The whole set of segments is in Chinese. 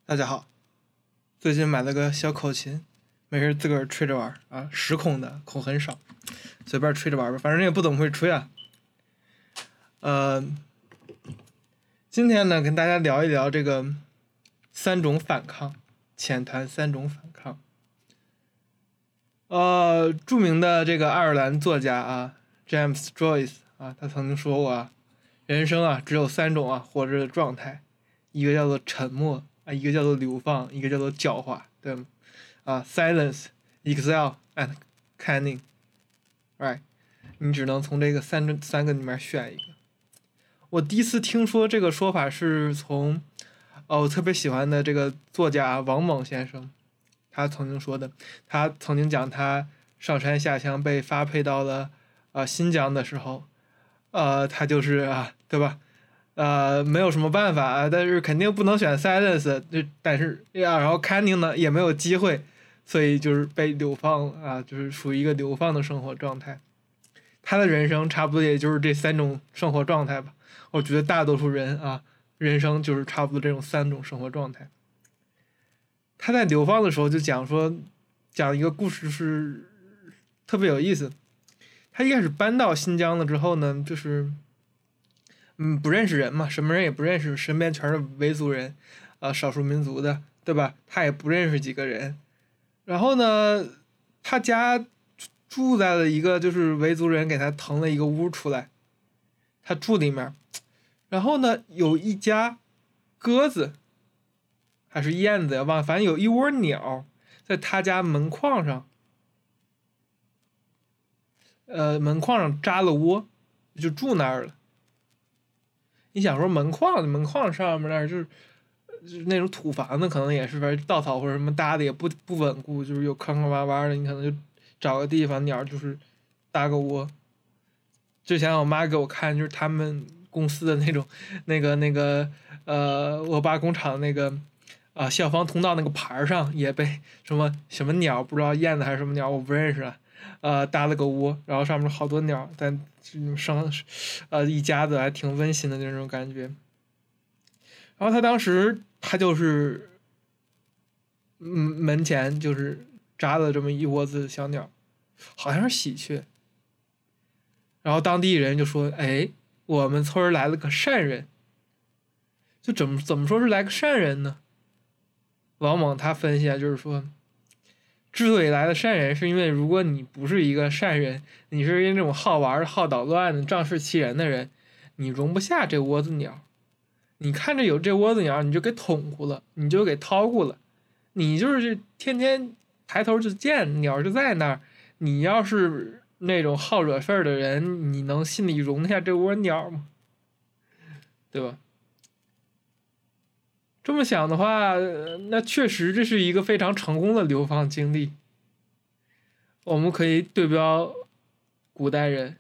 大家好，最近买了个小口琴，没事自个儿吹着玩啊，实孔的，孔很少，随便吹着玩吧，反正也不怎么会吹啊。今天呢，跟大家聊一聊这个三种反抗，浅谈三种反抗。著名的这个爱尔兰作家啊 ，James Joyce 啊，他曾经说过啊，人生啊只有三种啊活着的状态，一个叫做沉默啊，一个叫做流放，一个叫做狡猾，对吗？Silence, Excel and Cunning，right？ 你只能从这个三个里面选一个。我第一次听说这个说法是从，我特别喜欢的这个作家王蒙先生，他曾经说的。他曾经讲他上山下乡被发配到了新疆的时候，他就是对吧？没有什么办法，但是肯定不能选 silence， 但是然后 Cunning 呢也没有机会，所以就是被流放啊，就是属于一个流放的生活状态。他的人生差不多也就是这三种生活状态吧。我觉得大多数人人生就是差不多这种三种生活状态。他在流放的时候就讲一个故事，是特别有意思。他一开始搬到新疆了之后呢，就是不认识人嘛，什么人也不认识，身边全是维族人，少数民族的，对吧？他也不认识几个人。然后呢，他家住在了一个就是维族人给他腾了一个屋出来，他住里面。然后呢，有一家鸽子还是燕子呀，忘了，反正有一窝鸟在他家门框上，门框上扎了窝，就住那儿了。你想说门框上面那儿就是那种土房子，可能也是反正稻草或者什么搭的也不稳固，就是有坑坑洼洼的，你可能就找个地方鸟就是搭个窝。之前我妈给我看，就是他们公司的那种我爸工厂那个消防通道那个牌上也被什么鸟，不知道燕子还是什么鸟，我不认识搭了个窝，然后上面好多鸟在生，一家子还挺温馨的那种感觉。然后他当时他就是门前就是扎了这么一窝子小鸟，好像是喜鹊。然后当地人就说：“哎，我们村来了个善人。”就怎么说是来个善人呢？王蒙他分析就是说，之所以来的善人，是因为如果你不是一个善人，你是那种好玩、好捣乱的、仗势欺人的人，你容不下这窝子鸟。你看着有这窝子鸟，你就给捅咕了，你就给掏咕了，你就是天天抬头就见鸟就在那儿。你要是那种好惹事儿的人，你能心里容得下这窝鸟吗？对吧？这么想的话，那确实这是一个非常成功的流放经历。我们可以对标古代人，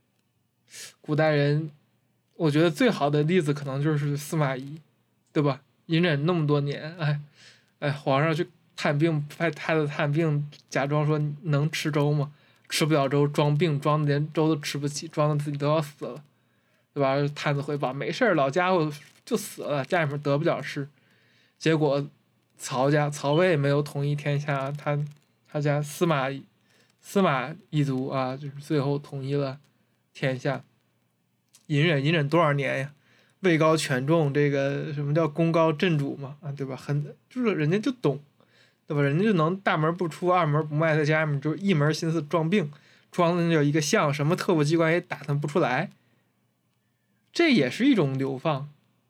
我觉得最好的例子可能就是司马懿，对吧？隐忍那么多年，皇上去探病，派太子探病，假装说能吃粥吗？吃不了粥，装病，装的连粥都吃不起，装的自己都要死了，对吧？探子汇报，没事老家伙就死了，家里面得不了势。结果曹魏没有统一天下，他家司马懿族就是最后统一了天下。隐忍多少年呀？位高权重，这个什么叫功高震主嘛？对吧？就是人家就懂，对吧？人家就能大门不出二门不迈，在家里面就一门心思装病，装的那叫一个像，什么特务机关也打探不出来。这也是一种流放，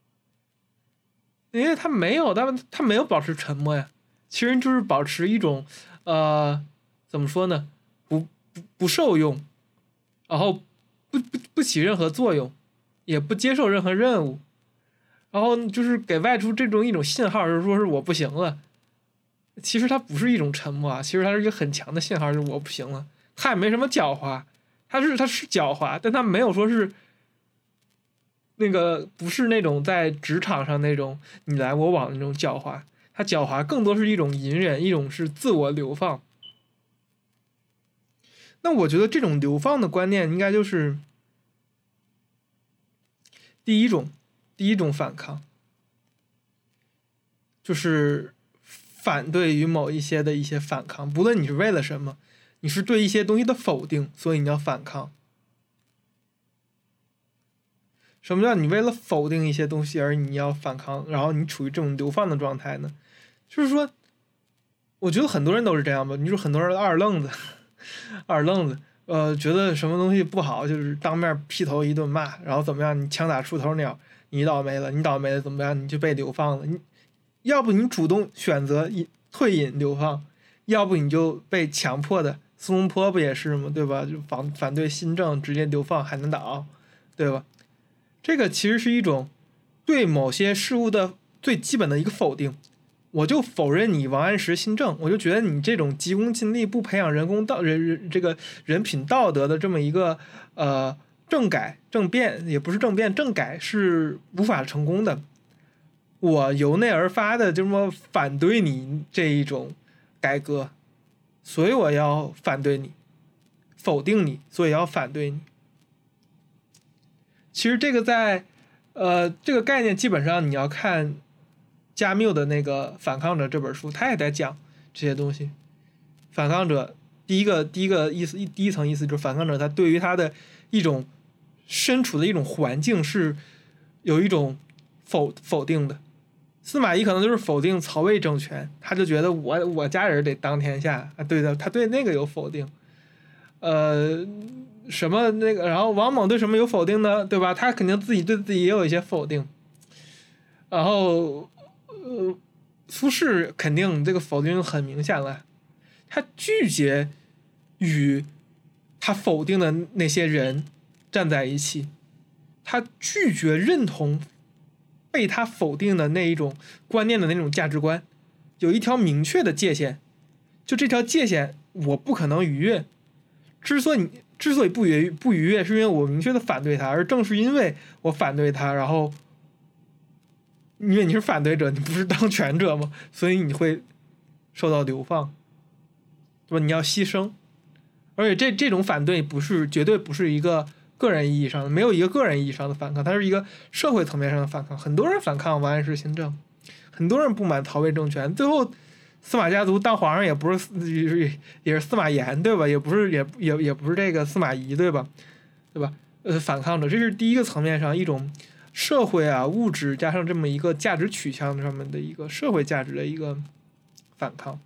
因为他没有保持沉默呀，其实就是保持一种怎么说呢？不受用，然后不起任何作用，也不接受任何任务，然后就是给外出一种信号，就是说是我不行了。其实它不是一种沉默其实它是一个很强的信号，就是我不行了。他也没什么狡猾，他是狡猾，但他没有说是那个，不是那种在职场上那种你来我往的那种狡猾。他狡猾更多是一种隐忍，一种是自我流放。那我觉得这种流放的观念应该就是第一种反抗。 就是反对于某一些的一些反抗，不论你是为了什么，你是对一些东西的否定，所以你要反抗。什么叫你为了否定一些东西而你要反抗，然后你处于这种流放的状态呢？就是说，我觉得很多人都是这样吧。你说很多人二愣子，二愣子，觉得什么东西不好，就是当面劈头一顿骂，然后怎么样？你枪打出头鸟，你倒霉了，你倒霉了怎么样？你就被流放了。你要不你主动选择退隐流放，要不你就被强迫的。苏东坡不也是吗？对吧？就反对新政，直接流放海南岛，对吧？这个其实是一种对某些事物的最基本的一个否定。我就否认你王安石新政，我就觉得你这种急功近利、不培养这个人品道德的这么一个政改政变，也不是政变，政改是无法成功的。我由内而发的这么反对你这一种改革，所以我要反对你，否定你，所以要反对你。其实这个这个概念基本上你要看加缪的那个《反抗者》这本书，他也在讲这些东西。反抗者第一个意思，第一层意思就是反抗者他对于他的一种身处的一种环境是有一种否定的。司马懿可能就是否定曹魏政权，他就觉得我家人得当天下啊，对的，他对那个有否定。什么那个，然后王猛对什么有否定呢？对吧？他肯定自己对自己也有一些否定。然后，苏轼肯定这个否定很明显了，他拒绝与他否定的那些人站在一起，他拒绝认同被他否定的那一种观念的那种价值观，有一条明确的界限，就这条界限我不可能逾越。之所以不逾越，是因为我明确的反对他，而正是因为我反对他，然后因为你是反对者，你不是当权者吗？所以你会受到流放，对吧？你要牺牲，而且这种反对绝对不是一个个人意义上的，没有一个个人意义上的反抗，它是一个社会层面上的反抗。很多人反抗王安石新政，很多人不满曹魏政权，最后司马家族当皇上也不是也是司马炎，对吧？也不是这个司马懿，对吧？反抗者，这是第一个层面上一种社会啊物质加上这么一个价值取向上面的一个社会价值的一个反抗。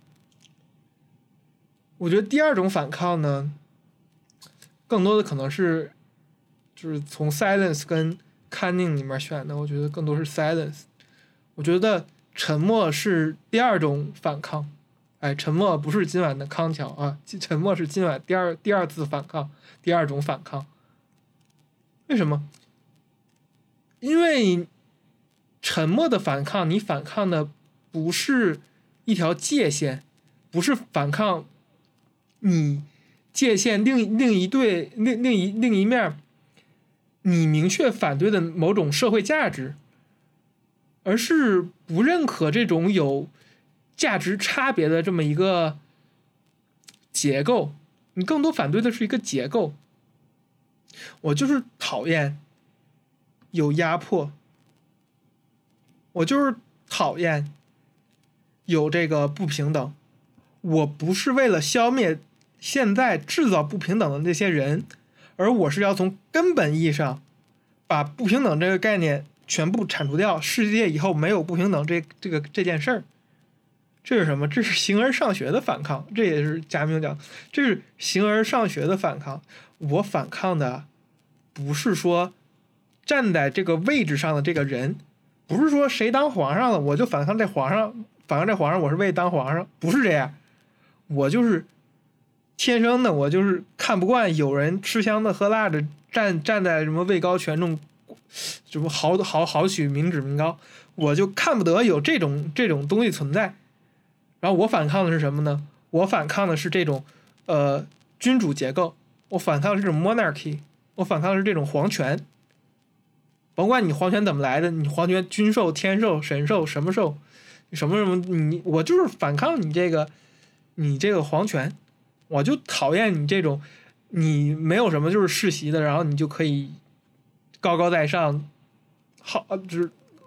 我觉得第二种反抗呢，更多的可能是就是从 silence 跟 cunning 里面选的，我觉得更多是 silence。我觉得沉默是第二种反抗，沉默不是今晚的康桥啊，沉默是今晚第二次反抗，第二种反抗。为什么？因为沉默的反抗，你反抗的不是一条界限，不是反抗你界限另一面你明确反对的某种社会价值，而是不认可这种有价值差别的这么一个结构，你更多反对的是一个结构。我就是讨厌有压迫，我就是讨厌有这个不平等，我不是为了消灭现在制造不平等的那些人，而我是要从根本意义上把不平等这个概念全部铲除掉，世界以后没有不平等这件事儿。这是什么？这是形而上学的反抗，这也是加缪讲，这是形而上学的反抗。我反抗的不是说站在这个位置上的这个人，不是说谁当皇上了我就反抗这皇上，我是为当皇上，不是这样。我就是天生的，我就是看不惯有人吃香的喝辣的站在什么位高权重，什么豪取民脂民膏，我就看不得有这种东西存在。然后我反抗的是什么呢？我反抗的是这种君主结构，我反抗的是这种 monarchy， 我反抗的是这种皇权。甭管你皇权怎么来的，你皇权君授、天授、神授什么授，什么我就是反抗你这个皇权，我就讨厌你这种你没有什么就是世袭的，然后你就可以高高在上，就是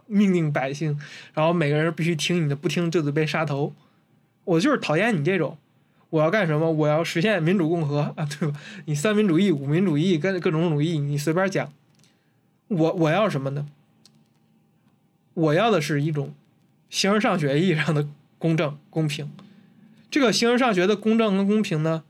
命令百姓，然后每个人必须听你的，不听就得被杀头。我就是讨厌你这种。我要干什么？我要实现民主共和啊，对吧？你三民主义、五民主义跟各种主义，你随便讲。我要什么呢？我要的是一种形而上学意义上的公正公平。这个形而上学的公正和公平呢，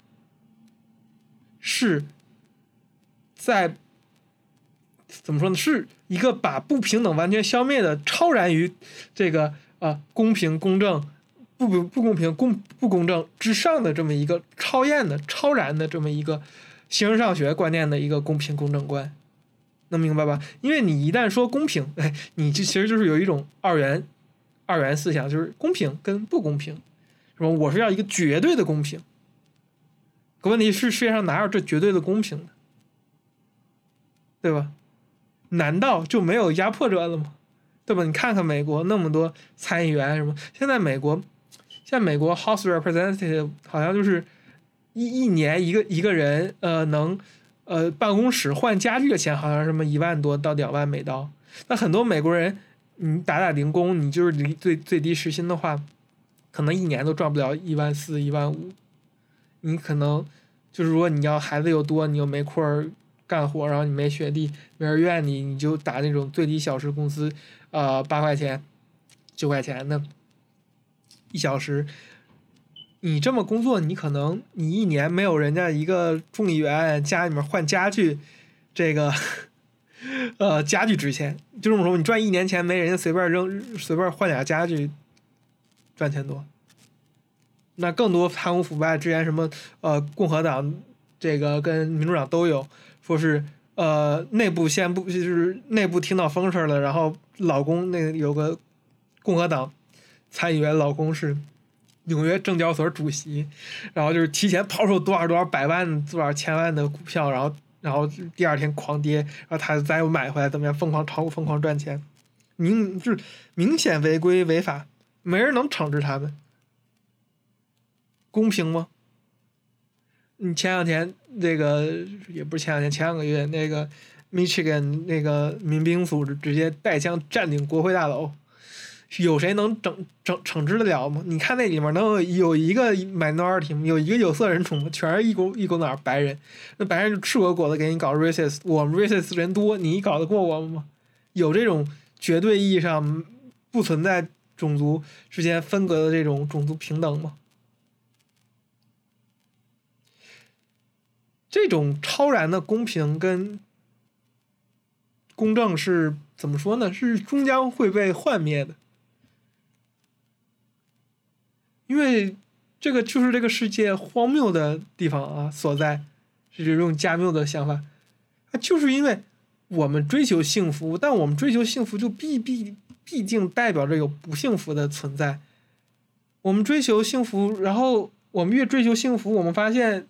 是在怎么说呢？是一个把不平等完全消灭的，超然于这个公平公正不公平不公正之上的这么一个超然的这么一个形而上学观念的一个公平公正观。能明白吧？因为你一旦说公平，你其实就是有一种二元思想，就是公平跟不公平，是吧？我是要一个绝对的公平。可问题是世界上哪有这绝对的公平呢？对吧？难道就没有压迫者了吗？对吧？你看看美国那么多参议员什么，现在美国 House Representative 好像就是一年一个人能办公室换家具的钱好像什么1万多到2万美刀。那很多美国人，你打零工，你就是离最低时薪的话，可能一年都赚不了14000、15000。你可能就是如果你要孩子又多，你又没空干活，然后你没学历，没人愿你，你就打那种最低小时工资，8块钱、9块钱的1小时。你这么工作，你可能你一年没有人家一个众议员家里面换家具，这个家具值钱。就这么说，你赚1年钱没人家随便换俩家具，赚钱多。那更多贪污腐败，之前什么共和党这个跟民主党都有，说是内部就是内部听到风声了，然后老公那个有个共和党参议员老公是纽约证交所主席，然后就是提前抛售多少百万多少千万的股票，然后第二天狂跌，然后他再又买回来，怎么样疯狂炒股疯狂赚钱，就是明显违规违法，没人能惩治他们，公平吗？你前两天这个也不是前两天，前2个月那个 Michigan 那个民兵组织直接带枪占领国会大楼，有谁能惩治得了吗？你看那里面能有一个 minority 吗？有一个有色人种吗？全是一股脑白人，那白人就赤果果的给你搞 racist， 我们 racist 人多，你搞得过我们吗？有这种绝对意义上不存在种族之间分隔的这种种族平等吗？这种超然的公平跟公正是怎么说呢？是终将会被幻灭的，因为这个就是这个世界荒谬的地方啊所在，是这种加缪的想法，就是因为我们追求幸福，但我们追求幸福就毕竟代表着有不幸福的存在。我们追求幸福，然后我们越追求幸福，我们发现。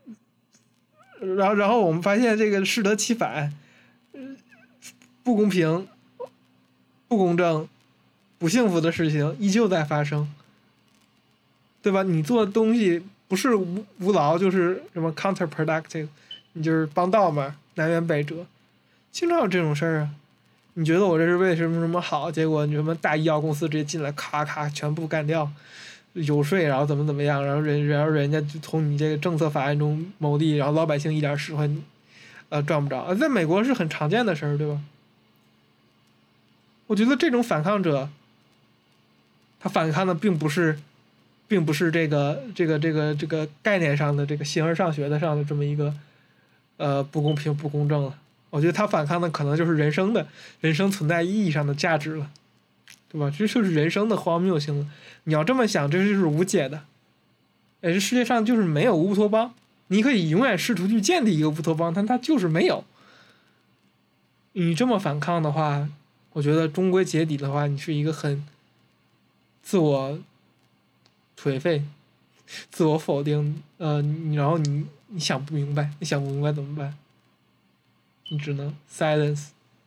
然后我们发现这个适得其反，不公平、不公正、不幸福的事情依旧在发生，对吧？你做的东西不是无劳就是什么 counterproductive， 你就是帮倒嘛，南辕北辙，经常有这种事儿啊。你觉得我这是为什么好，结果你什么大医药公司直接进来，咔咔全部干掉。有税，然后怎么样，然后人家就从你这个政策法案中牟利，然后老百姓一点实惠赚不着，在美国是很常见的事儿，对吧？我觉得这种反抗者，他反抗的并不是这个概念上的这个形而上学的上的这么一个不公平不公正了。我觉得他反抗的可能就是人生存在意义上的价值了。对吧？这就是人生的荒谬性了。你要这么想，这就是无解的。这世界上就是没有乌托邦，你可以永远试图去建立一个乌托邦，但它就是没有。你这么反抗的话，我觉得终归结底的话，你是一个很自我颓废、自我否定，然后你想不明白怎么办？你只能 silence，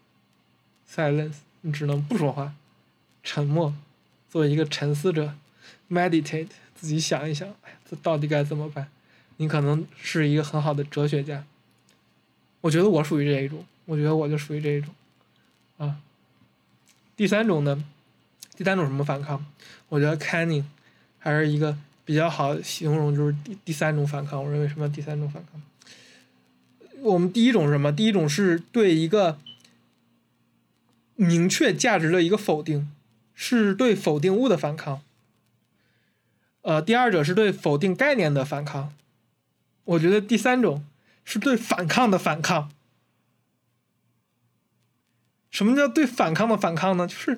你只能不说话。沉默，作为一个沉思者 ，meditate， 自己想一想，这到底该怎么办？你可能是一个很好的哲学家。我觉得我属于这一种，我觉得我就属于这一种，啊。 第三种什么反抗？我觉得 Canning 还是一个比较好的形容，就是第三种反抗。我认为什么第三种反抗？我们第一种是什么？第一种是对一个明确价值的一个否定，是对否定物的反抗。第二者是对否定概念的反抗。我觉得第三种是对反抗的反抗。什么叫对反抗的反抗呢？就是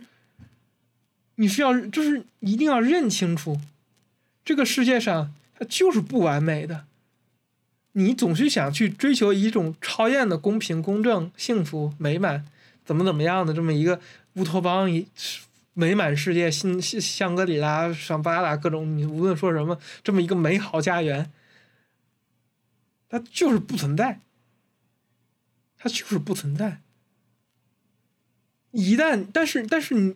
就是一定要认清楚，这个世界上它就是不完美的。你总是想去追求一种超验的公平、公正、幸福、美满，怎么样的这么一个乌托邦美满世界，香格里拉、桑巴拉各种，你无论说什么，这么一个美好家园，它就是不存在，它就是不存在。但是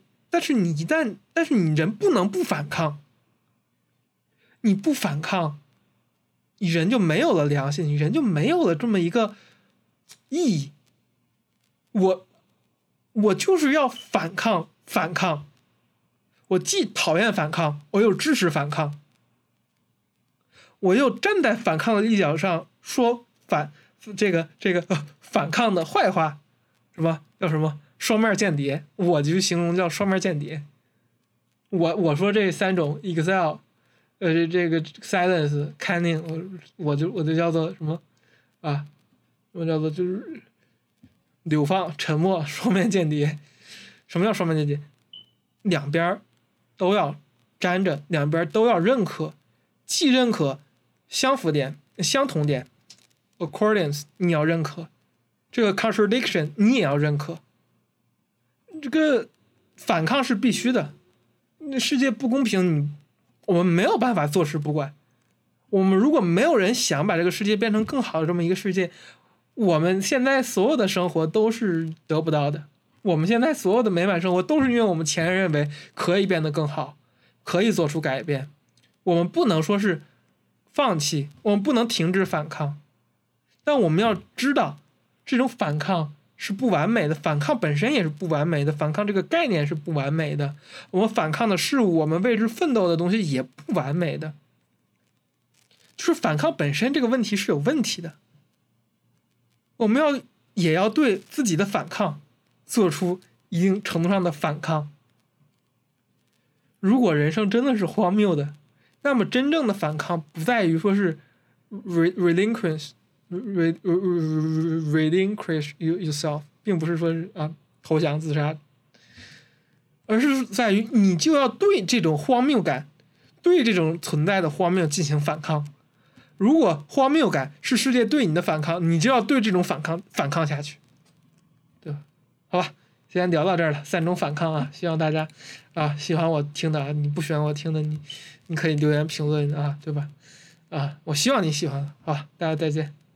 你人不能不反抗，你不反抗，你人就没有了良心，你人就没有了这么一个意义。我就是要反抗，我既讨厌反抗，我又支持反抗，我又站在反抗的立脚上说这个反抗的坏话，什么叫什么双面间谍，我就形容叫双面间谍。我说这三种 Excel。这个 silence Canning， 我就叫做什么啊？我叫做就是流放、沉默、双面间谍。什么叫双面间谍？两边都要沾着，两边都要认可，既认可相同点 accordance 你要认可，这个 contradiction 你也要认可。这个反抗是必须的，世界不公平，我们没有办法坐视不管。我们如果没有人想把这个世界变成更好的这么一个世界，我们现在所有的生活都是得不到的。我们现在所有的美满生活都是因为我们前人认为可以变得更好，可以做出改变。我们不能说是放弃，我们不能停止反抗，但我们要知道这种反抗是不完美的，反抗本身也是不完美的，反抗这个概念是不完美的，我们反抗的事物，我们为之奋斗的东西也不完美的，就是反抗本身这个问题是有问题的。我们也要对自己的反抗做出一定程度上的反抗。如果人生真的是荒谬的，那么真正的反抗不在于说是 relinquish yourself， 并不是说是投降自杀，而是在于你就要对这种荒谬感，对这种存在的荒谬进行反抗。如果荒谬感是世界对你的反抗，你就要对这种反抗下去，对吧？好吧，先聊到这儿了，三种反抗啊，希望大家喜欢我听的，你不喜欢我听的，你可以留言评论对吧？我希望你喜欢。好，大家再见。